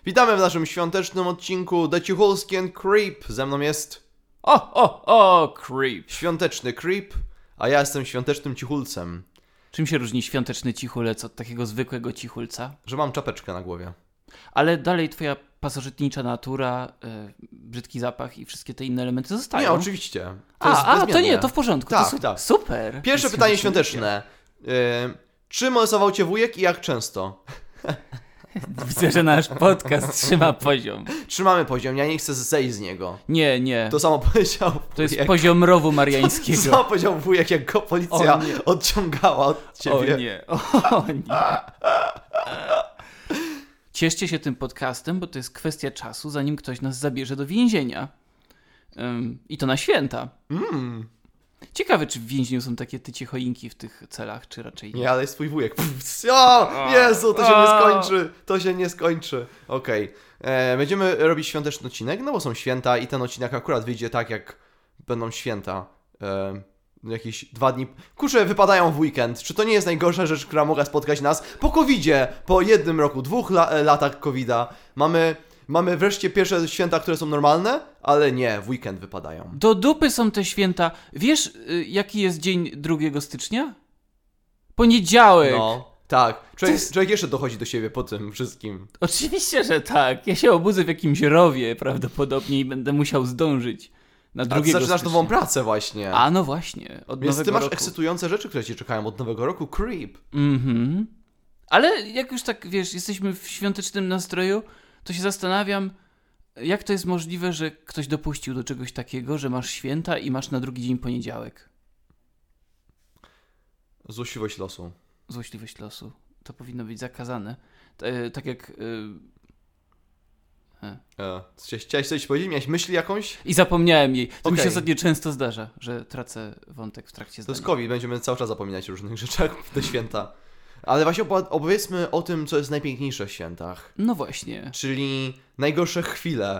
Witamy w naszym świątecznym odcinku The Cichulski and Creep. Ze mną jest... Creep. Świąteczny Creep, a ja jestem świątecznym cichulcem. Czym się różni świąteczny cichulec od takiego zwykłego cichulca? Że mam czapeczkę na głowie. Ale dalej twoja pasożytnicza natura, brzydki zapach i wszystkie te inne elementy zostają. Nie, oczywiście. To nie, to w porządku. Tak, to tak. Super. Pierwsze pytanie świąteczne. Czy molestował cię wujek i jak często? Widzę, że nasz podcast trzyma poziom. Trzymamy poziom, ja nie chcę zejść z niego. Nie. To samo powiedział wujek. To jest poziom rowu mariańskiego. To samo powiedział wujek, jak go policja odciągała od ciebie. O nie. Cieszcie się tym podcastem, bo to jest kwestia czasu, zanim ktoś nas zabierze do więzienia. I to na święta. Ciekawe, czy w więzieniu są takie tycie choinki w tych celach, czy raczej nie. Nie, ale jest twój wujek. Jezu, to się nie skończy. To się nie skończy. Okej. Będziemy robić świąteczny odcinek, no bo są święta i ten odcinek akurat wyjdzie tak, jak będą święta. Jakieś 2 dni... Kurczę, wypadają w weekend. Czy to nie jest najgorsza rzecz, która mogła spotkać nas po covidzie, po 1 roku, 2 latach covida? Mamy wreszcie pierwsze święta, które są normalne, ale nie, w weekend wypadają. Do dupy są te święta. Wiesz, jaki jest dzień 2 stycznia? Poniedziałek. No, tak. Człowiek jeszcze dochodzi do siebie po tym wszystkim. Oczywiście, że tak. Ja się obudzę w jakimś rowie prawdopodobnie i będę musiał zdążyć na 2 stycznia. Zaczynasz nową pracę właśnie. A no właśnie, od Więc nowego ty masz roku. ekscytujące rzeczy, które cię czekają od nowego roku. Creep. Ale jak już tak, wiesz, jesteśmy w świątecznym nastroju, to się zastanawiam, jak to jest możliwe, że ktoś dopuścił do czegoś takiego, że masz święta i masz na drugi dzień poniedziałek. Złośliwość losu. Złośliwość losu. To powinno być zakazane. Tak jak... Chciałeś coś powiedzieć? Miałeś myśl jakąś? I zapomniałem jej. To mi się Okej. ostatnio często zdarza, że tracę wątek w trakcie To zdania. jest COVID, będziemy cały czas zapominać o różnych rzeczach w te święta. Ale właśnie opowiedzmy o tym, co jest najpiękniejsze w świętach. No właśnie. Czyli najgorsze chwile,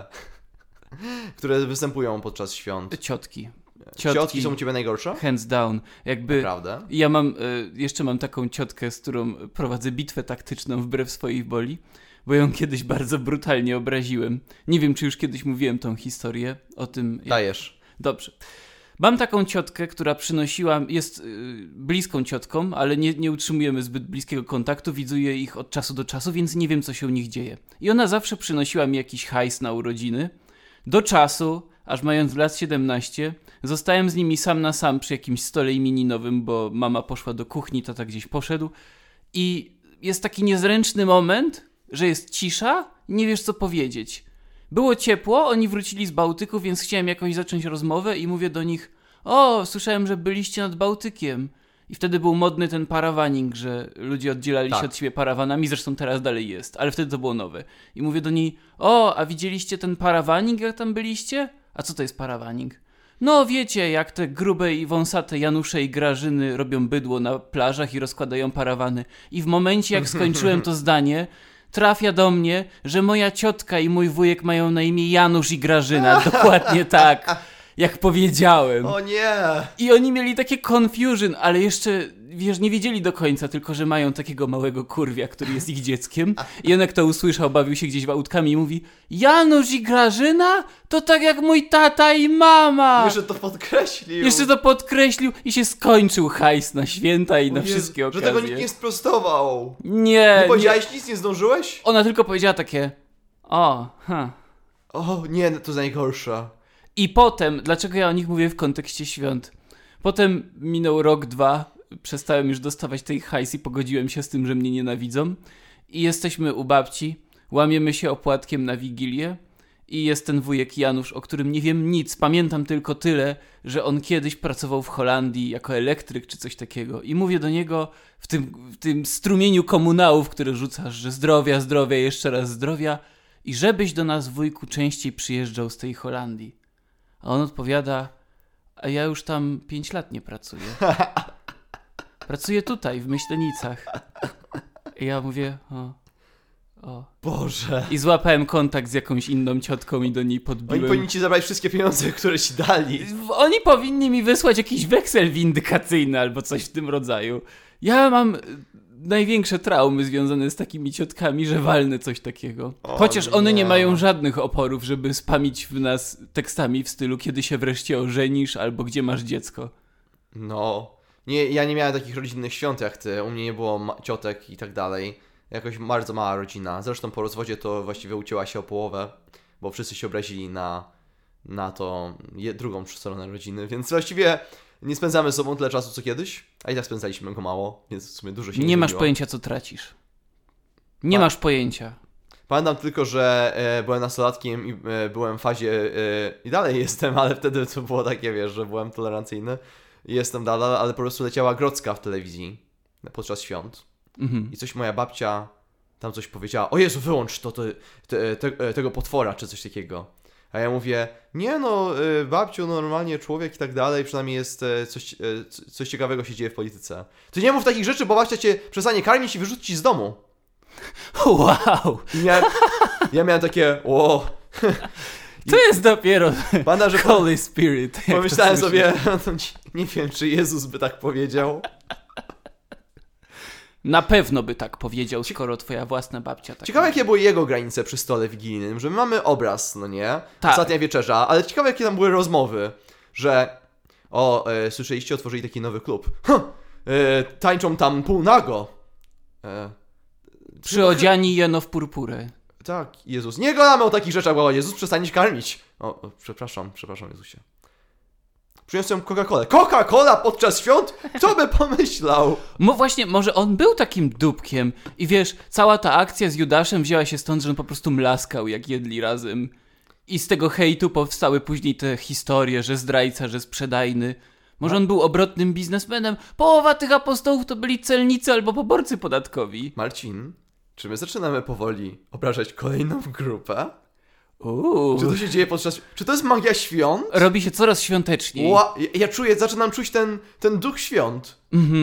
które występują podczas świąt. Ciotki. Ciotki są u ciebie najgorsze? Hands down. Jakby... Naprawdę? Ja jeszcze mam taką ciotkę, z którą prowadzę bitwę taktyczną wbrew swojej woli, bo ją kiedyś bardzo brutalnie obraziłem. Nie wiem, czy już kiedyś mówiłem tą historię o tym. Dajesz. Dobrze. Mam taką ciotkę, która jest bliską ciotką, ale nie utrzymujemy zbyt bliskiego kontaktu, widzuję ich od czasu do czasu, więc nie wiem, co się u nich dzieje. I ona zawsze przynosiła mi jakiś hajs na urodziny, do czasu, aż mając lat 17, zostałem z nimi sam na sam przy jakimś stole imieninowym, bo mama poszła do kuchni, tata gdzieś poszedł i jest taki niezręczny moment, że jest cisza i nie wiesz, co powiedzieć. Było ciepło, oni wrócili z Bałtyku, więc chciałem jakoś zacząć rozmowę i mówię do nich: o, słyszałem, że byliście nad Bałtykiem. I wtedy był modny ten parawaning, że ludzie oddzielali się od siebie parawanami, zresztą teraz dalej jest, ale wtedy to było nowe. I mówię do niej: o, a widzieliście ten parawaning, jak tam byliście? A co to jest parawaning? No wiecie, jak te grube i wąsate Janusze i Grażyny robią bydło na plażach i rozkładają parawany. I w momencie, jak skończyłem to zdanie, trafia do mnie, że moja ciotka i mój wujek mają na imię Janusz i Grażyna. Dokładnie tak, jak powiedziałem. O nie! I oni mieli takie confusion, ale jeszcze, wiesz, nie wiedzieli do końca, tylko że mają takiego małego kurwia, który jest ich dzieckiem. I on jak to usłyszał, bawił się gdzieś autkami i mówi: Janusz i Grażyna? To tak jak mój tata i mama! Jeszcze to podkreślił. I się skończył hajs na święta i na Jezu, wszystkie okazje. że tego nikt nie sprostował. Nie powiedziałeś nic, nie zdążyłeś? Ona tylko powiedziała takie: O nie, to jest najgorsze. I potem, dlaczego ja o nich mówię w kontekście świąt? Potem minął rok, 2, przestałem już dostawać tej hajs i pogodziłem się z tym, że mnie nienawidzą. I jesteśmy u babci, łamiemy się opłatkiem na Wigilię i jest ten wujek Janusz, o którym nie wiem nic. Pamiętam tylko tyle, że on kiedyś pracował w Holandii jako elektryk czy coś takiego. I mówię do niego w tym strumieniu komunałów, które rzucasz, że zdrowia, zdrowia, jeszcze raz zdrowia i żebyś do nas, wujku, częściej przyjeżdżał z tej Holandii. A on odpowiada: a ja już tam 5 lat nie pracuję. Pracuję tutaj, w Myślenicach. I ja mówię: o. Boże. I złapałem kontakt z jakąś inną ciotką i do niej podbiłem. Oni powinni ci zabrać wszystkie pieniądze, które ci dali. Oni powinni mi wysłać jakiś weksel windykacyjny albo coś w tym rodzaju. Ja mam największe traumy związane z takimi ciotkami, że walnę coś takiego. O Chociaż one nie nie. mają żadnych oporów, żeby spamić w nas tekstami w stylu kiedy się wreszcie ożenisz albo gdzie masz dziecko. No. Nie, ja nie miałem takich rodzinnych świąt jak ty. U mnie nie było ciotek i tak dalej. Jakoś bardzo mała rodzina. Zresztą po rozwodzie to właściwie ucięła się o połowę, bo wszyscy się obrazili na to drugą stronę rodziny, więc właściwie nie spędzamy z sobą tyle czasu co kiedyś, a i tak spędzaliśmy go mało, więc w sumie dużo się Nie masz zmieniło. pojęcia, co tracisz. Nie masz pojęcia. Pamiętam tylko, że byłem nastolatkiem i byłem w fazie i dalej jestem, ale wtedy to było takie, wiesz, że byłem tolerancyjny i jestem dalej, ale po prostu leciała Grodzka w telewizji podczas świąt i coś moja babcia tam coś powiedziała, o Jezu, wyłącz to, tego potwora, czy coś takiego. A ja mówię, nie no, babciu, normalnie człowiek i tak dalej, przynajmniej jest coś ciekawego się dzieje w polityce. Ty nie mów takich rzeczy, bo babcia cię przestanie karmić i wyrzuci ci z domu. Wow! I ja miałem takie, To jest dopiero Pana, że Holy Spirit. jak to pomyślałem słyszę. sobie, nie wiem, czy Jezus by tak powiedział. Na pewno by tak powiedział, skoro twoja własna babcia tak Ciekawe, mówi. jakie były jego granice przy stole wigilijnym, że my mamy obraz, no nie? Tak. Ostatnia wieczerza, ale ciekawe, jakie tam były rozmowy, że słyszeliście, otworzyli taki nowy klub. Tańczą tam półnago. Przyodziani jeno w purpurę. Tak, Jezus. Nie gadamy o takich rzeczach, bo Jezus przestaniesz karmić. Przepraszam, Jezusie. Przyniosłem Coca-Colę. Coca-Cola podczas świąt? Kto by pomyślał? Właśnie, może on był takim dupkiem i wiesz, cała ta akcja z Judaszem wzięła się stąd, że on po prostu mlaskał, jak jedli razem. I z tego hejtu powstały później te historie, że zdrajca, że sprzedajny. Może on był obrotnym biznesmenem? Połowa tych apostołów to byli celnicy albo poborcy podatkowi. Marcin, czy my zaczynamy powoli obrażać kolejną grupę? Czy to się dzieje podczas... Czy to jest magia świąt? Robi się coraz świąteczniej. Ja zaczynam czuć ten duch świąt.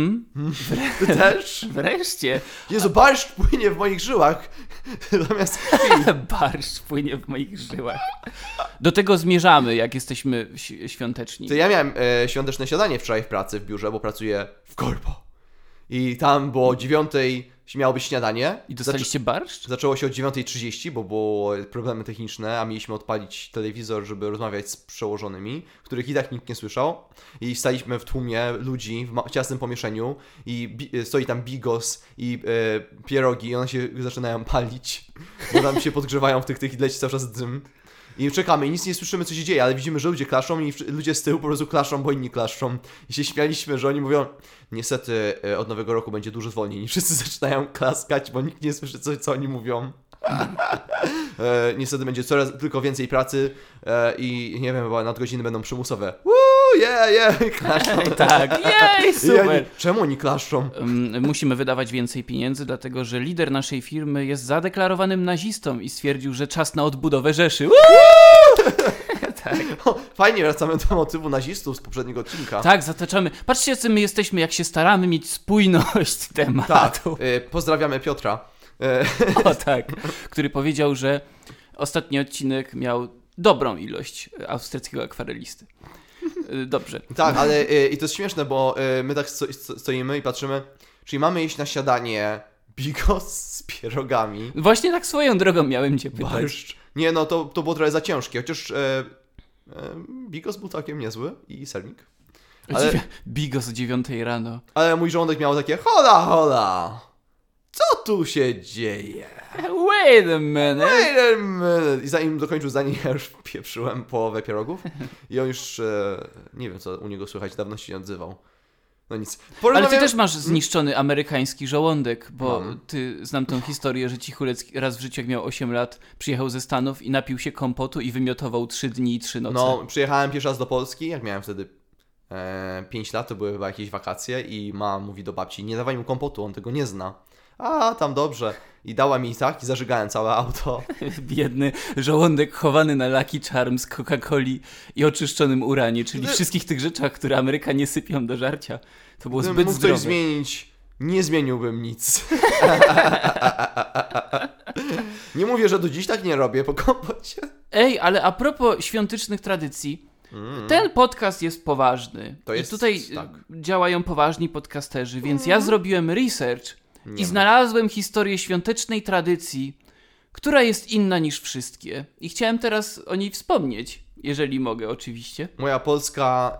Ty też? Wreszcie. Jezu, barszcz płynie w moich żyłach. Zamiast krwi. Barszcz płynie w moich żyłach. Do tego zmierzamy, jak jesteśmy świąteczni. To ja miałem świąteczne śniadanie wczoraj w pracy, w biurze, bo pracuję w korpo. I tam było o 9:00 miało być śniadanie. I dostaliście barszcz? Zaczęło się o 9:30, bo były problemy techniczne, a mieliśmy odpalić telewizor, żeby rozmawiać z przełożonymi, których i tak nikt nie słyszał. I staliśmy w tłumie ludzi w ciasnym pomieszczeniu i stoi tam bigos i pierogi i one się zaczynają palić, bo tam się podgrzewają w tych i leci cały czas dym. I czekamy i nic nie słyszymy, co się dzieje, ale widzimy, że ludzie klaszczą i ludzie z tyłu po prostu klaszczą, bo inni klaszczą. I się śmialiśmy, że oni mówią, niestety od nowego roku będzie dużo zwolnień i wszyscy zaczynają klaskać, bo nikt nie słyszy, co oni mówią. Niestety będzie tylko więcej pracy i nie wiem, chyba nadgodziny będą przymusowe. Klaszczą. Tak, jej, super. Czemu oni klaszczą? Musimy wydawać więcej pieniędzy, dlatego że lider naszej firmy jest zadeklarowanym nazistą i stwierdził, że czas na odbudowę Rzeszy. Tak. Fajnie, wracamy do motywu nazistów z poprzedniego odcinka. Tak, zataczamy. Patrzcie, jacy my jesteśmy, jak się staramy mieć spójność tematu. Tak, pozdrawiamy Piotra. O tak, który powiedział, że ostatni odcinek miał dobrą ilość austriackiego akwarelisty. Dobrze. Tak, ale i to jest śmieszne, bo my tak stoimy i patrzymy, czyli mamy iść na śniadanie bigos z pierogami. Właśnie tak swoją drogą miałem cię pytać. Barszcz. Nie, no to było trochę za ciężkie, chociaż bigos był całkiem niezły i sernik. Ale, Bigos o 9 rano. ale mój żołądek miał takie, hola, co tu się dzieje? Wait a minute. Wait a minute. I zanim dokończył zdanie, ja już pieprzyłem połowę pierogów i on już, nie wiem co u niego słychać, dawno się nie odzywał. No nic. Ale ty też masz zniszczony amerykański żołądek, bo znam tą historię, że Cichulecki raz w życiu, jak miał 8 lat, przyjechał ze Stanów i napił się kompotu i wymiotował 3 dni i 3 noce. No, przyjechałem pierwszy raz do Polski, jak miałem wtedy 5 lat, to były chyba jakieś wakacje i mama mówi do babci, nie dawaj mu kompotu, on tego nie zna. A, tam dobrze. I dała mi tak i zażygałem całe auto. Biedny żołądek chowany na Lucky Charms, Coca-Coli i oczyszczonym uranie, czyli wszystkich tych rzeczach, które Amerykanie sypią do żarcia. To było Gdybym zbyt mógł zdrowe. coś zmienić, nie zmieniłbym nic. Nie mówię, że do dziś tak nie robię po kompocie. Ej, ale a propos świątecznych tradycji, ten podcast jest poważny. To jest, I tutaj tak. działają poważni podcasterzy, więc ja zrobiłem research I znalazłem historię świątecznej tradycji, która jest inna niż wszystkie. I chciałem teraz o niej wspomnieć, jeżeli mogę oczywiście. Moja polska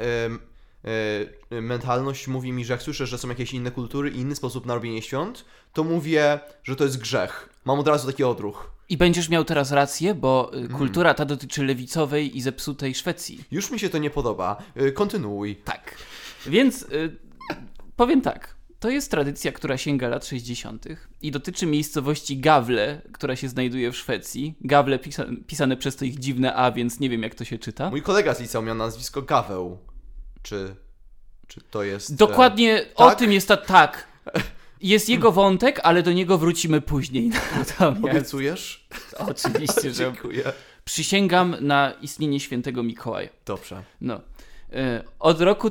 mentalność mówi mi, że jak słyszę, że są jakieś inne kultury i inny sposób na robienie świąt, to mówię, że to jest grzech. Mam od razu taki odruch. I będziesz miał teraz rację, bo kultura ta dotyczy lewicowej i zepsutej Szwecji. Już mi się to nie podoba. Kontynuuj. Tak. Więc powiem tak. To jest tradycja, która sięga lat 60. i dotyczy miejscowości Gavle, która się znajduje w Szwecji. Gavle pisane przez to ich dziwne A, więc nie wiem, jak to się czyta. Mój kolega z liceum miał nazwisko Gaweł. Czy to jest... Dokładnie tak? o tym jest tak. Jest jego wątek, ale do niego wrócimy później. Natomiast... Obiecujesz? Oczywiście, że Dziękuję. przysięgam na istnienie świętego Mikołaja. Dobrze. No. Od roku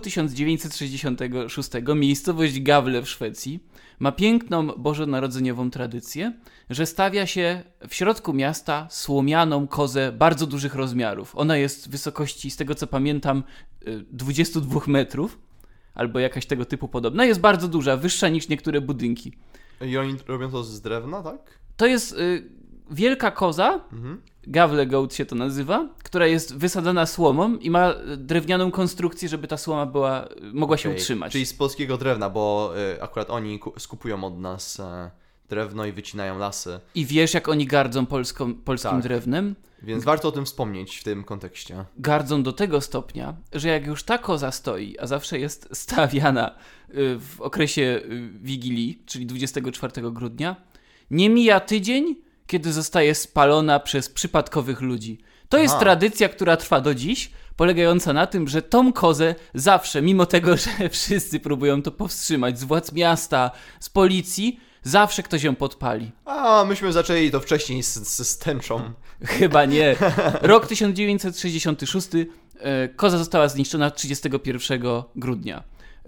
1966 miejscowość Gavle w Szwecji ma piękną bożonarodzeniową tradycję, że stawia się w środku miasta słomianą kozę bardzo dużych rozmiarów. Ona jest w wysokości, z tego co pamiętam, 22 metrów, albo jakaś tego typu podobna. Jest bardzo duża, wyższa niż niektóre budynki. I oni robią to z drewna, tak? To jest wielka koza, Gavle Goat się to nazywa, która jest wysadzana słomą i ma drewnianą konstrukcję, żeby ta słoma mogła się utrzymać. Czyli z polskiego drewna, bo akurat oni skupują od nas drewno i wycinają lasy. I wiesz, jak oni gardzą polskim Tak. drewnem? Więc warto o tym wspomnieć w tym kontekście. Gardzą do tego stopnia, że jak już ta koza stoi, a zawsze jest stawiana w okresie Wigilii, czyli 24 grudnia, nie mija tydzień, kiedy zostaje spalona przez przypadkowych ludzi. To jest tradycja, która trwa do dziś, polegająca na tym, że tą kozę zawsze, mimo tego, że wszyscy próbują to powstrzymać z władz miasta, z policji, zawsze ktoś ją podpali. A, myśmy zaczęli to wcześniej z tęczą. Chyba nie. Rok 1966, koza została zniszczona 31 grudnia.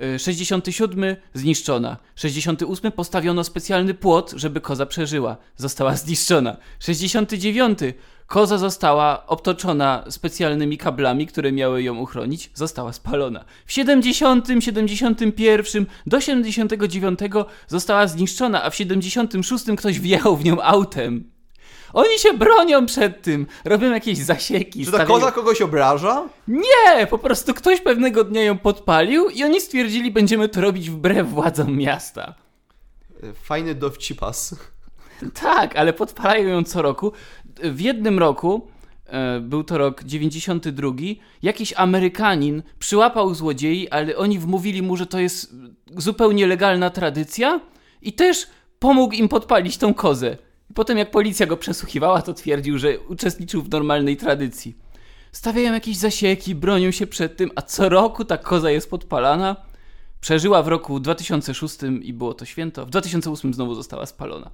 67 zniszczona. 68 postawiono specjalny płot, żeby koza przeżyła. Została zniszczona. 69 koza została obtoczona specjalnymi kablami, które miały ją uchronić. Została spalona. W 70, 71 do 79 została zniszczona, a w 76 ktoś wjechał w nią autem. Oni się bronią przed tym, robią jakieś zasieki. Czy ta koza kogoś obraża? Nie, po prostu ktoś pewnego dnia ją podpalił i oni stwierdzili, będziemy to robić wbrew władzom miasta. Fajny dowcipas. Tak, ale podpalają ją co roku. W jednym roku, był to rok 92, jakiś Amerykanin przyłapał złodziei, ale oni wmówili mu, że to jest zupełnie legalna tradycja i też pomógł im podpalić tą kozę. Potem jak policja go przesłuchiwała, to twierdził, że uczestniczył w normalnej tradycji. Stawiają jakieś zasieki, bronią się przed tym, a co roku ta koza jest podpalana. Przeżyła w roku 2006 i było to święto. W 2008 znowu została spalona.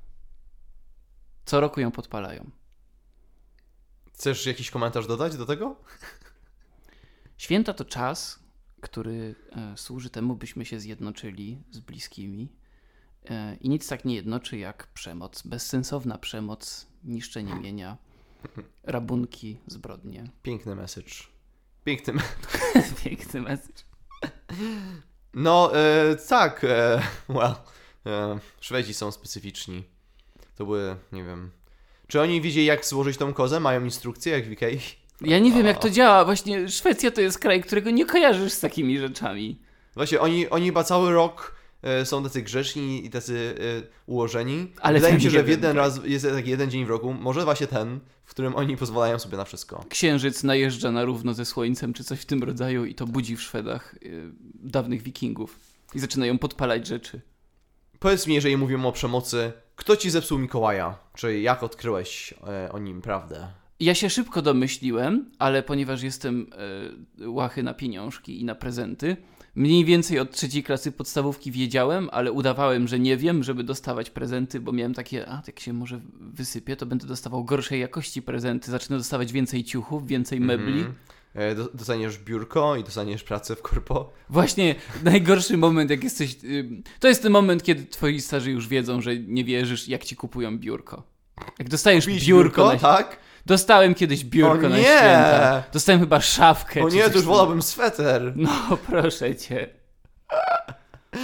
Co roku ją podpalają. Chcesz jakiś komentarz dodać do tego? Święta to czas, który służy temu, byśmy się zjednoczyli z bliskimi. I nic tak nie jednoczy jak przemoc. Bezsensowna przemoc, niszczenie mienia, rabunki, zbrodnie. Piękny message. Piękny Piękny message. No, tak. Szwedzi są specyficzni. To były, nie wiem... Czy oni wiedzieli, jak złożyć tą kozę? Mają instrukcję, jak w Ikei? Ja nie wiem, jak to działa. Właśnie Szwecja to jest kraj, którego nie kojarzysz z takimi rzeczami. Właśnie, oni chyba cały rok są tacy grzeczni i tacy ułożeni. Ale wydaje mi się, że jeden raz jest taki jeden dzień w roku, może właśnie ten, w którym oni pozwalają sobie na wszystko. Księżyc najeżdża na równo ze słońcem, czy coś w tym rodzaju i to budzi w Szwedach dawnych wikingów. I zaczynają podpalać rzeczy. Powiedz mi, jeżeli mówimy o przemocy, kto ci zepsuł Mikołaja? Czy jak odkryłeś o nim prawdę? Ja się szybko domyśliłem, ale ponieważ jestem łahy na pieniążki i na prezenty, mniej więcej od 3. klasy podstawówki wiedziałem, ale udawałem, że nie wiem, żeby dostawać prezenty, bo miałem takie, jak się może wysypię, to będę dostawał gorszej jakości prezenty, zacznę dostawać więcej ciuchów, więcej mebli. Dostaniesz biurko i dostaniesz pracę w korpo. Właśnie najgorszy moment, jak jesteś... To jest ten moment, kiedy twoi starzy już wiedzą, że nie wierzysz, jak ci kupują biurko. Jak dostajesz biurko tak? Dostałem kiedyś biurko na święta. Dostałem chyba szafkę. O nie, to już wolałbym sweter. No, proszę cię.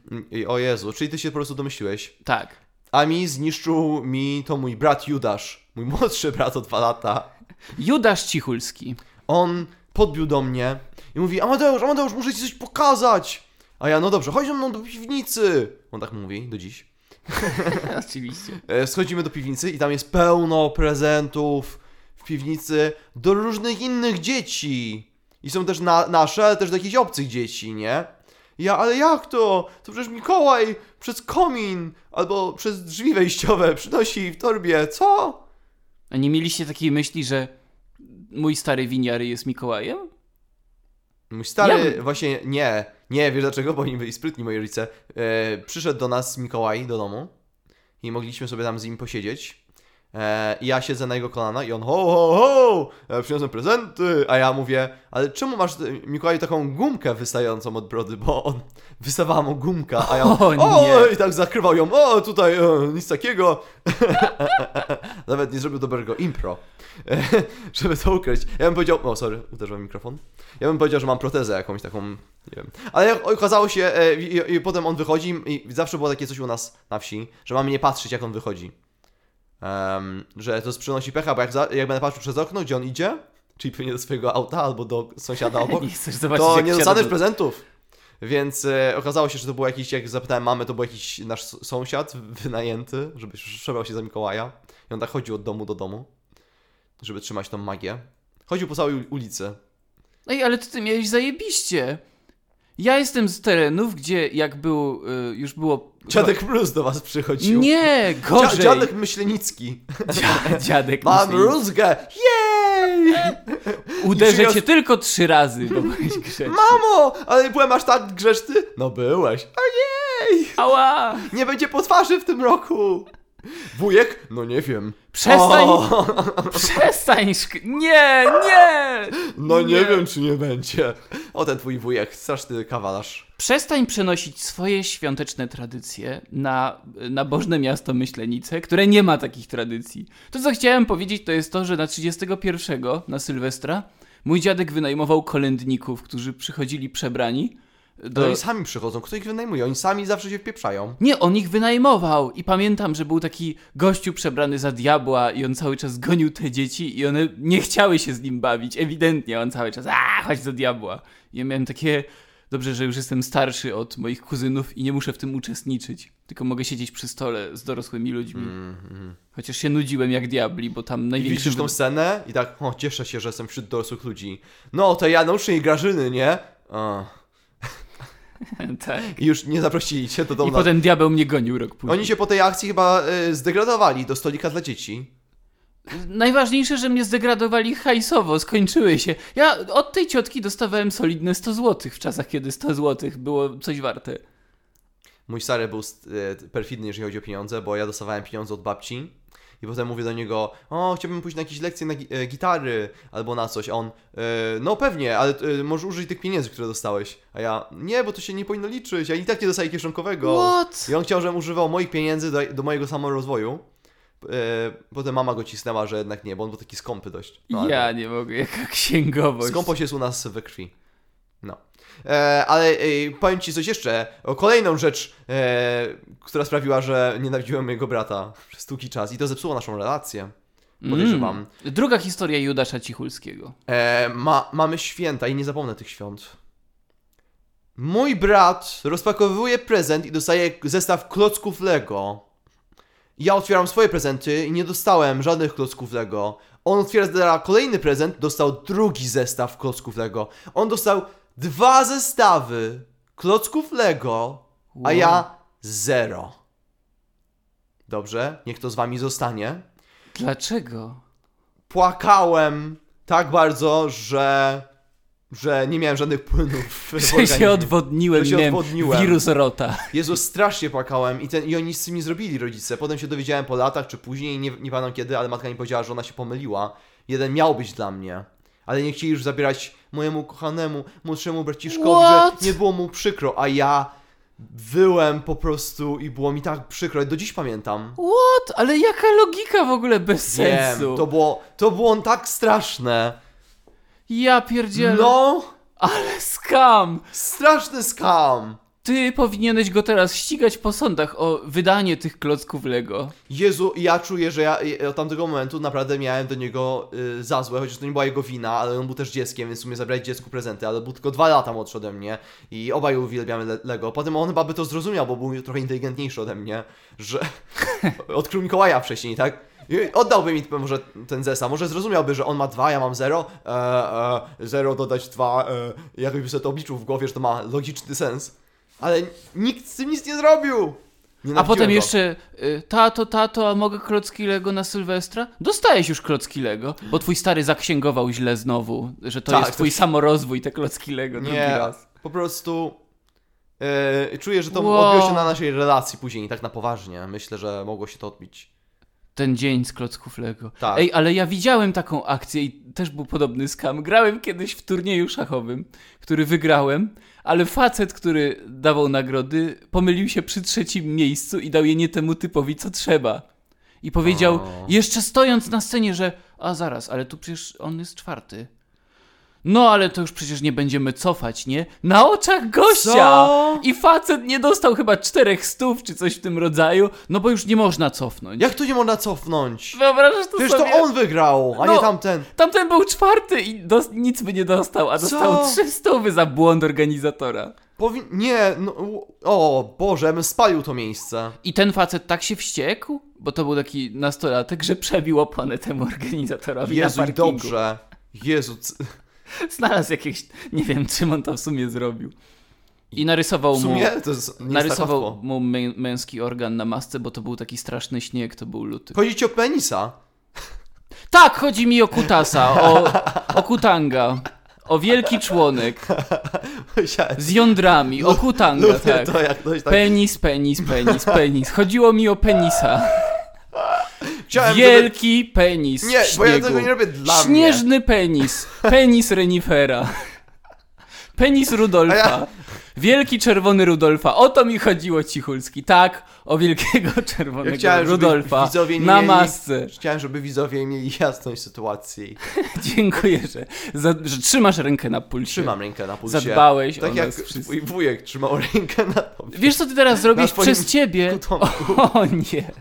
O Jezu, czyli ty się po prostu domyśliłeś. Tak. A zniszczył mi to mój brat Judasz, mój młodszy brat o 2 lata. Judasz Cichulski. On podbił do mnie i mówi: Amadeusz, muszę ci coś pokazać. A ja: no dobrze, chodź ze mną do piwnicy. On tak mówi do dziś. Oczywiście. Schodzimy do piwnicy i tam jest pełno prezentów w piwnicy do różnych innych dzieci. I są też nasze, ale też do jakichś obcych dzieci, nie? Ale jak to? To przecież Mikołaj przez komin albo przez drzwi wejściowe przynosi w torbie, co? A nie mieliście takiej myśli, że mój stary winiary jest Mikołajem? Mój stary, właśnie nie, wiesz dlaczego? Bo oni byli sprytni, moi rodzice. Przyszedł do nas Mikołaj do domu i mogliśmy sobie tam z nim posiedzieć. I ja siedzę na jego kolana i on: ho, przyniosłem prezenty. A ja mówię: ale czemu masz, Mikołaju, taką gumkę wystającą od brody? Bo on wystawała mu gumka, a ja: nie. I tak zakrywał ją: tutaj nic takiego. Nawet nie zrobił dobrego impro, żeby to ukryć. Ja bym powiedział: sorry, uderzyłem mikrofon. Ja bym powiedział, że mam protezę jakąś taką, nie wiem. Ale okazało się, i potem on wychodzi i zawsze było takie coś u nas na wsi, że mamy nie patrzeć, jak on wychodzi. Że to przynosi pecha, bo jak będę patrzył przez okno, gdzie on idzie, czyli pewnie do swojego auta albo do sąsiada obok, Nie chcesz zobaczyć, to jak nie wsiada dostaniesz do- prezentów. Więc okazało się, że to był jakiś, jak zapytałem mamy, to był jakiś nasz sąsiad wynajęty, żeby przebrał się za Mikołaja. I on tak chodził od domu do domu, żeby trzymać tą magię. Chodził po całej ulicy. Ej, ale ty miałeś zajebiście. Ja jestem z terenów, gdzie jak był, już było... Dziadek Plus do was przychodził. Nie, gorzej. Dziadek Myślenicki. Dziadek Mam Myślenicki. rózgę! Jej! Uderzę I cię tylko 3 razy, bo byłeś grzeczny. Mamo! Ale byłem aż tak grzeczny? No byłeś. Ojej! Ała! Nie będzie po twarzy w tym roku! Wujek? No nie wiem. Przestań! O! Przestań! Nie! No nie Nie. wiem, czy nie będzie. O, ten twój wujek, straszny kawalarz. Przestań przenosić swoje świąteczne tradycje na nabożne miasto Myślenice, które nie ma takich tradycji. To, co chciałem powiedzieć, to jest to, że na 31, na Sylwestra, mój dziadek wynajmował kolędników, którzy przychodzili przebrani. To oni sami przychodzą, kto ich wynajmuje? Oni sami zawsze się wpieprzają. Nie, on ich wynajmował i pamiętam, że był taki gościu przebrany za diabła i on cały czas gonił te dzieci i one nie chciały się z nim bawić, ewidentnie, on cały czas: chodź do diabła. I ja miałem takie: dobrze, że już jestem starszy od moich kuzynów i nie muszę w tym uczestniczyć, tylko mogę siedzieć przy stole z dorosłymi ludźmi. Chociaż się nudziłem jak diabli, bo tam I największy... widzisz tą scenę i tak: cieszę się, że jestem wśród dorosłych ludzi. No, to ja nauczę jej Grażyny, nie? Tak. I już nie zaprosili cię do domu. I potem diabeł mnie gonił rok później. Oni się po tej akcji chyba zdegradowali do stolika dla dzieci. Najważniejsze, że mnie zdegradowali hajsowo, skończyły się. Ja od tej ciotki dostawałem solidne 100 zł w czasach, kiedy 100 zł było coś warte. Mój stary był perfidny, jeżeli chodzi o pieniądze, bo ja dostawałem pieniądze od babci i potem mówię do niego: chciałbym pójść na jakieś lekcje na gitary albo na coś. A on: no pewnie, ale możesz użyć tych pieniędzy, które dostałeś. A ja: nie, bo to się nie powinno liczyć, ja i tak nie dostaję kieszonkowego. What? I on chciał, żebym używał moich pieniędzy do mojego samorozwoju. Potem mama go cisnęła, że jednak nie, bo on był taki skąpy dość. No, Ja nie mogę, jaka księgowość. skąpość jest u nas we krwi. No. Ale powiem ci coś jeszcze. O kolejną rzecz, która sprawiła, że nienawidziłem mojego brata przez długi czas. I to zepsuło naszą relację. Podejrzewam. Druga historia Judasza Cichulskiego. Mamy święta i nie zapomnę tych świąt. Mój brat rozpakowuje prezent i dostaje zestaw klocków Lego. Ja otwieram swoje prezenty i nie dostałem żadnych klocków Lego. On otwiera kolejny prezent, dostał drugi zestaw klocków Lego. On dostał 2 zestawy klocków Lego, a ja 0. Dobrze, niech to z wami zostanie. Dlaczego? Płakałem tak bardzo, że nie miałem żadnych płynów w Że organizmie. się odwodniłem, Że się miałem odwodniłem. wirus rota. Jezu, strasznie płakałem i oni z tym nie zrobili, rodzice. Potem się dowiedziałem po latach, czy później, nie pamiętam kiedy, ale matka mi powiedziała, że ona się pomyliła. Jeden miał być dla mnie, ale nie chcieli już zabierać mojemu kochanemu, młodszemu braciszkowi, What? że nie było mu przykro, a ja wyłem po prostu i było mi tak przykro. Do dziś pamiętam. What? Ale jaka logika w ogóle bez sensu? Wiem, to było tak straszne. Ja pierdzielę. No, Ale skam! straszny skam. Ty powinieneś go teraz ścigać po sądach o wydanie tych klocków Lego. Jezu, ja czuję, że ja od tamtego momentu naprawdę miałem do niego za złe, chociaż to nie była jego wina, ale on był też dzieckiem, więc w sumie zabrać dziecku prezenty, ale był tylko 2 lata młodszy ode mnie i obaj uwielbiamy Lego. Potem on chyba by to zrozumiał, bo był trochę inteligentniejszy ode mnie, że odkrył Mikołaja wcześniej, tak? I oddałby mi może ten zestaw, może zrozumiałby, że on ma 2, ja mam 0, 0 dodać 2, jakby sobie to obliczył w głowie, że to ma logiczny sens. Ale nikt z tym nic nie zrobił! A potem jeszcze, tato, a mogę klocki Lego na Sylwestra? Dostałeś już klocki Lego, bo twój stary zaksięgował źle znowu, że to jest twój samorozwój, te klocki Lego drugi raz. Po prostu czuję, że to odbiło się na naszej relacji później, tak na poważnie. Myślę, że mogło się to odbić. Ten dzień z klocków Lego. Tak. Ej, ale ja widziałem taką akcję i też był podobny skam. Grałem kiedyś w turnieju szachowym, który wygrałem, ale facet, który dawał nagrody, pomylił się przy 3. miejscu i dał je nie temu typowi, co trzeba. I powiedział, jeszcze stojąc na scenie, że a zaraz, ale tu przecież on jest 4. No, ale to już przecież nie będziemy cofać, nie? Na oczach gościa! Co? I facet nie dostał chyba 400 czy coś w tym rodzaju, no bo już nie można cofnąć. Jak to nie można cofnąć? Wyobrażasz to Przecież sobie? to on wygrał, a nie tamten. Tamten był 4 i nic by nie dostał, a dostał 300 za błąd organizatora. Nie, no, o Boże, ja bym spalił to miejsce. I ten facet tak się wściekł, bo to był taki nastolatek, że przebił oponę temu organizatorowi Jezu, na i parkingu. dobrze. Jezu, Znalazł jakieś, nie wiem czym on to w sumie zrobił. I narysował w sumie to jest nie jest tak łatwo. mu męski organ na masce, bo to był taki straszny śnieg, to był luty. Chodzi ci o penisa? Tak, chodzi mi o kutasa, o kutanga, o wielki członek z jądrami, o kutanga, Lubię tak. to, jak ktoś tak... Penis. Chodziło mi o penisa. Chciałem, Wielki penis Nie, w bo ja śniegu. tego nie robię dla mnie. Śnieżny penis. Penis renifera. Penis Rudolfa. Wielki czerwony Rudolfa. O to mi chodziło, Cichulski. Tak, o wielkiego czerwonego Rudolfa na masce. Chciałem, żeby widzowie mieli jasność sytuacji. Dziękuję, że trzymasz rękę na pulsie. Trzymam rękę na pulsie. Zadbałeś o tak jak nas wszyscy. twój wujek trzymał rękę na tobie. Wiesz, co ty teraz zrobisz twoim przez ciebie? O nie.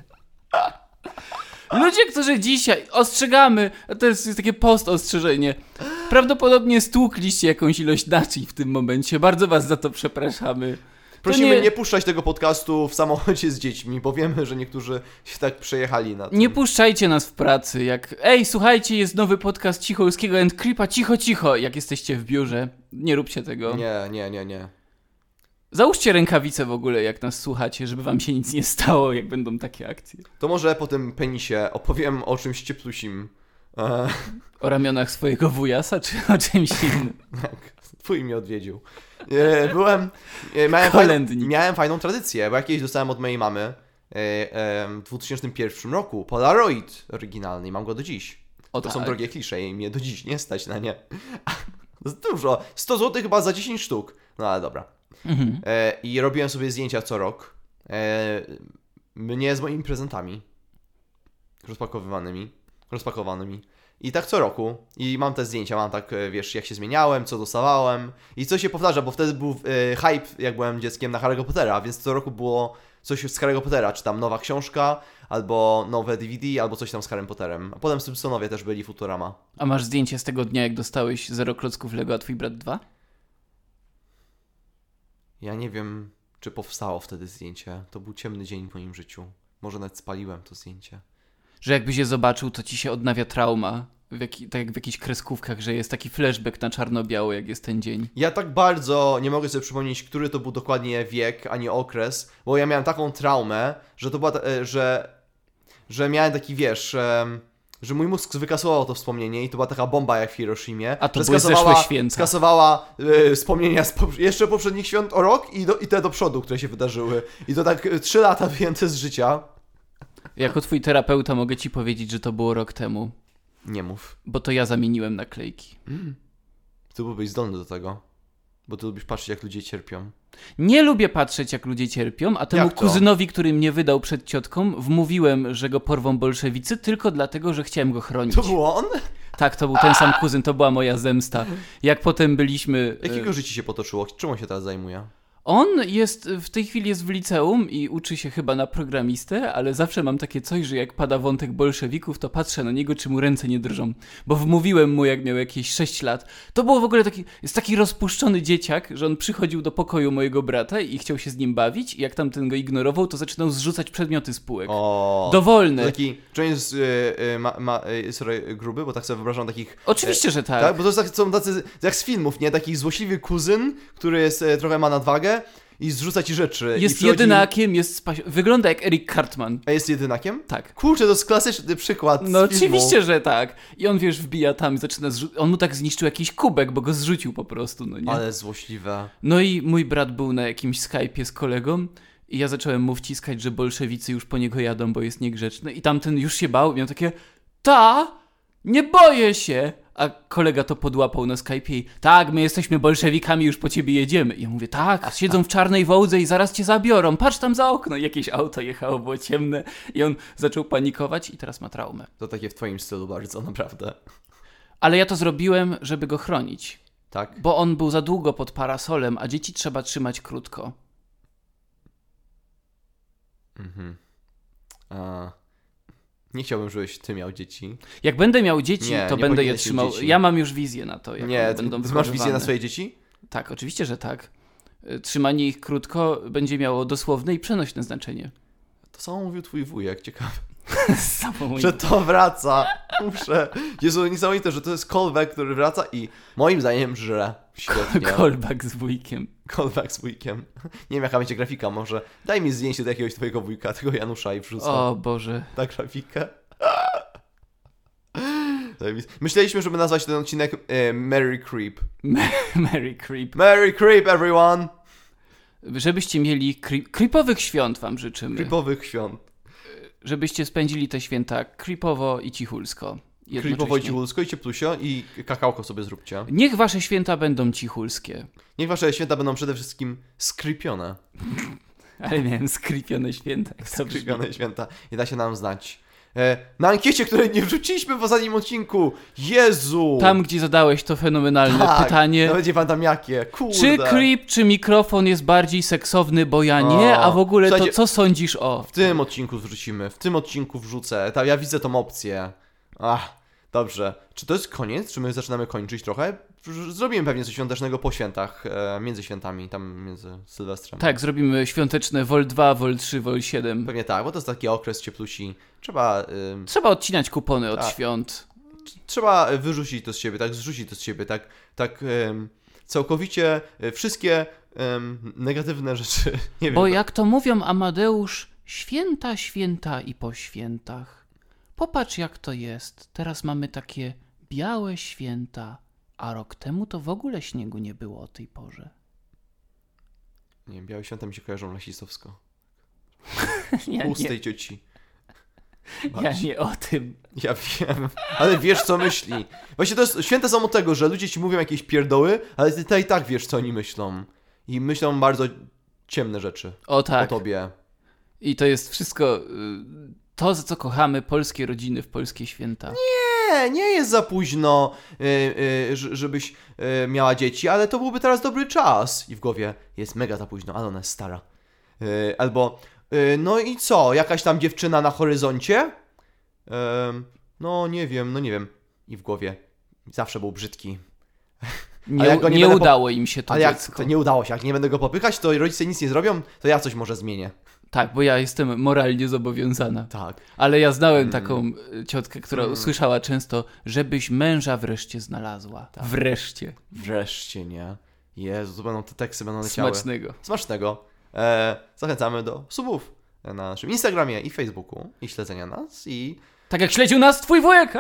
Ludzie, którzy dzisiaj ostrzegamy, a to jest takie post-ostrzeżenie, prawdopodobnie stłukliście jakąś ilość naczyń w tym momencie. Bardzo was za to przepraszamy. Prosimy nie puszczać tego podcastu w samochodzie z dziećmi, bo wiemy, że niektórzy się tak przejechali na tym. Nie puszczajcie nas w pracy, jak ej, słuchajcie, jest nowy podcast Cichulskiego and Creepa, cicho, jak jesteście w biurze. Nie róbcie tego. Nie. Załóżcie rękawice w ogóle, jak nas słuchacie, żeby wam się nic nie stało, jak będą takie akcje. To może po tym penisie opowiem o czymś cieplusim. O ramionach swojego wujasa, czy o czymś innym? Tak, twój mnie odwiedził. Miałem fajną tradycję, bo ja kiedyś dostałem od mojej mamy w 2001 roku Polaroid oryginalny i mam go do dziś. To są drogie klisze i mnie do dziś nie stać na nie. To jest dużo. 100 zł chyba za 10 sztuk. No ale dobra. I robiłem sobie zdjęcia co rok. Mnie z moimi prezentami rozpakowanymi. I tak co roku. I mam te zdjęcia, mam tak, wiesz, jak się zmieniałem, co dostawałem. I co się powtarza, bo wtedy był hype, jak byłem dzieckiem, na Harry'ego Pottera, więc co roku było coś z Harry'ego Pottera, czy tam nowa książka, albo nowe DVD, albo coś tam z Harrym Potterem. A potem Simpsonowie też byli, Futurama. A masz zdjęcie z tego dnia, jak dostałeś 0 klocków Lego, a twój brat 2? Ja nie wiem, czy powstało wtedy zdjęcie. To był ciemny dzień w moim życiu. Może nawet spaliłem to zdjęcie. Że jakbyś je zobaczył, to ci się odnawia trauma. Tak jak w jakichś kreskówkach, że jest taki flashback na czarno-biało, jak jest ten dzień. Ja tak bardzo nie mogę sobie przypomnieć, który to był dokładnie wiek, ani okres, bo ja miałem taką traumę, że to była, że miałem taki, wiesz, że mój mózg wykasował to wspomnienie i to była taka bomba jak w Hiroshimie. A to były zeszłe święta. Skasowała wspomnienia z jeszcze poprzednich świąt o rok i te do przodu, które się wydarzyły. I to tak 3 lata wyjęte z życia. Jako twój terapeuta mogę ci powiedzieć, że to było rok temu. Nie mów. Bo to ja zamieniłem naklejki. Ty byłbyś zdolny do tego. Bo ty lubisz patrzeć, jak ludzie cierpią. Nie lubię patrzeć, jak ludzie cierpią, a temu kuzynowi, który mnie wydał przed ciotką, wmówiłem, że go porwą bolszewicy tylko dlatego, że chciałem go chronić. To był on? Tak, to był ten sam kuzyn, to była moja zemsta. Jak potem byliśmy... Jakiego życie się potoczyło? Czym on się teraz zajmuje? On w tej chwili jest w liceum i uczy się chyba na programistę, ale zawsze mam takie coś, że jak pada wątek bolszewików, to patrzę na niego, czy mu ręce nie drżą. Bo wmówiłem mu, jak miał jakieś 6 lat. To było w ogóle jest taki rozpuszczony dzieciak, że on przychodził do pokoju mojego brata i chciał się z nim bawić i jak tamten go ignorował, to zaczynał zrzucać przedmioty z półek. Dowolne. Taki, czy on jest gruby, bo tak sobie wyobrażam takich... Oczywiście, że tak. Tak, bo to jest są tacy, jak z filmów, nie? Taki złośliwy kuzyn, który jest trochę ma nadwagę i zrzuca ci rzeczy. Jest jedynakiem, wygląda jak Eric Cartman. A jest jedynakiem? Tak. Kurczę, to jest klasyczny przykład No z filmu. oczywiście, że tak. I on, wbija tam i zaczyna on mu tak zniszczył jakiś kubek, bo go zrzucił po prostu, no nie? Ale złośliwe. No i mój brat był na jakimś Skype'ie z kolegą i ja zacząłem mu wciskać, że bolszewicy już po niego jadą, bo jest niegrzeczny i tamten już się bał i miał takie nie boję się! A kolega to podłapał na Skype'ie i tak, my jesteśmy bolszewikami, już po ciebie jedziemy. I ja mówię, tak, siedzą w czarnej Wołdze i zaraz cię zabiorą, patrz tam za okno. I jakieś auto jechało, było ciemne i on zaczął panikować i teraz ma traumę. To takie w twoim stylu bardzo, naprawdę. Ale ja to zrobiłem, żeby go chronić. Tak? Bo on był za długo pod parasolem, a dzieci trzeba trzymać krótko. Nie chciałbym, żebyś ty miał dzieci. Jak będę miał dzieci, to nie będę je powinieneś trzymał. dzieci. Ja mam już wizję na to, jak Nie, będą ty masz wizję na swoje dzieci? Tak, oczywiście, że tak. Trzymanie ich krótko będzie miało dosłowne i przenośne znaczenie. To samo mówił twój wujek, ciekawe. Że że to wraca. Muszę. Jezu, niesamowite, że to jest callback, który wraca i moim zdaniem żre. Świetnie. Callback z wujkiem. Callback z wujkiem. Nie wiem, jaka będzie grafika, może daj mi zdjęcie do jakiegoś twojego wujka, tego Janusza i wrzucę. O Boże. Ta grafikę. Myśleliśmy, żeby nazwać ten odcinek Merry Creep. Merry Creep. Merry Creep, everyone! Żebyście mieli creepowych świąt wam życzymy. Creepowych świąt. Żebyście spędzili te święta creepowo i cichulsko. Creepowo i cichulsko i cieplusio i kakałko sobie zróbcie. Niech wasze święta będą cichulskie. Niech wasze święta będą przede wszystkim skrypione. Ale miałem skrypione święta. Skrypione święta. I da się nam znać. Na ankiecie, której nie wrzuciliśmy w ostatnim odcinku. Jezu! Tam, gdzie zadałeś to fenomenalne pytanie. Nawet nie pamiętam jakie. Kurde. Czy creep, czy mikrofon jest bardziej seksowny, bo ja nie, a w ogóle to co sądzisz o? W tym odcinku wrzucimy, w tym odcinku wrzucę. Ja widzę tą opcję. Dobrze. Czy to jest koniec? Czy my zaczynamy kończyć trochę? Zrobimy pewnie coś świątecznego po świętach, między świętami, tam między Sylwestrem. Tak, zrobimy świąteczne Vol 2, Vol 3, Vol 7. Pewnie tak, bo to jest taki okres cieplusi. Trzeba odcinać kupony od świąt. Trzeba wyrzucić to z siebie, tak, zrzucić to z siebie, tak całkowicie wszystkie negatywne rzeczy. Nie wiem. Bo jak to mówią Amadeusz, święta i po świętach. Popatrz jak to jest. Teraz mamy takie białe święta, a rok temu to w ogóle śniegu nie było o tej porze. Nie, białe święta mi się kojarzą rasistowsko. Ja Pustej cioci. Ja nie o tym. Ja wiem, ale wiesz co myśli. Właśnie to jest, święta są od tego, że ludzie ci mówią jakieś pierdoły, ale ty i tak wiesz co oni myślą. I myślą bardzo ciemne rzeczy. O tak. O tobie. I to jest wszystko to, za co kochamy polskie rodziny w polskie święta. Nie jest za późno, żebyś miała dzieci, ale to byłby teraz dobry czas. I w głowie jest mega za późno, ale ona jest stara. Albo, no i co, jakaś tam dziewczyna na horyzoncie? No nie wiem. I w głowie, zawsze był brzydki. Nie udało im się to ale dziecko. Jak to nie udało się, jak nie będę go popychać, to rodzice nic nie zrobią, to ja coś może zmienię. Tak, bo ja jestem moralnie zobowiązana. Tak. Ale ja znałem taką ciotkę, która usłyszała często, żebyś męża wreszcie znalazła. Tak. Wreszcie, nie? Jezu, to będą te teksty będą leciały. Smacznego. Zachęcamy do subów na naszym Instagramie i Facebooku i śledzenia nas i... Tak jak śledził nas twój wujek!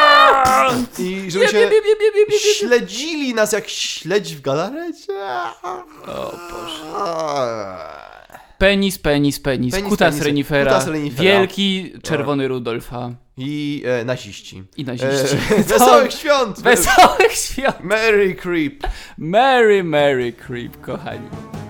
I żeby się śledzili nas jak śledzi w galarecie. O Boże. Penis. Kutas renifera. Wielki czerwony Rudolfa. I naziści. Wesołych świąt! Wesołych świąt! Merry Creep! Merry Creep, kochani.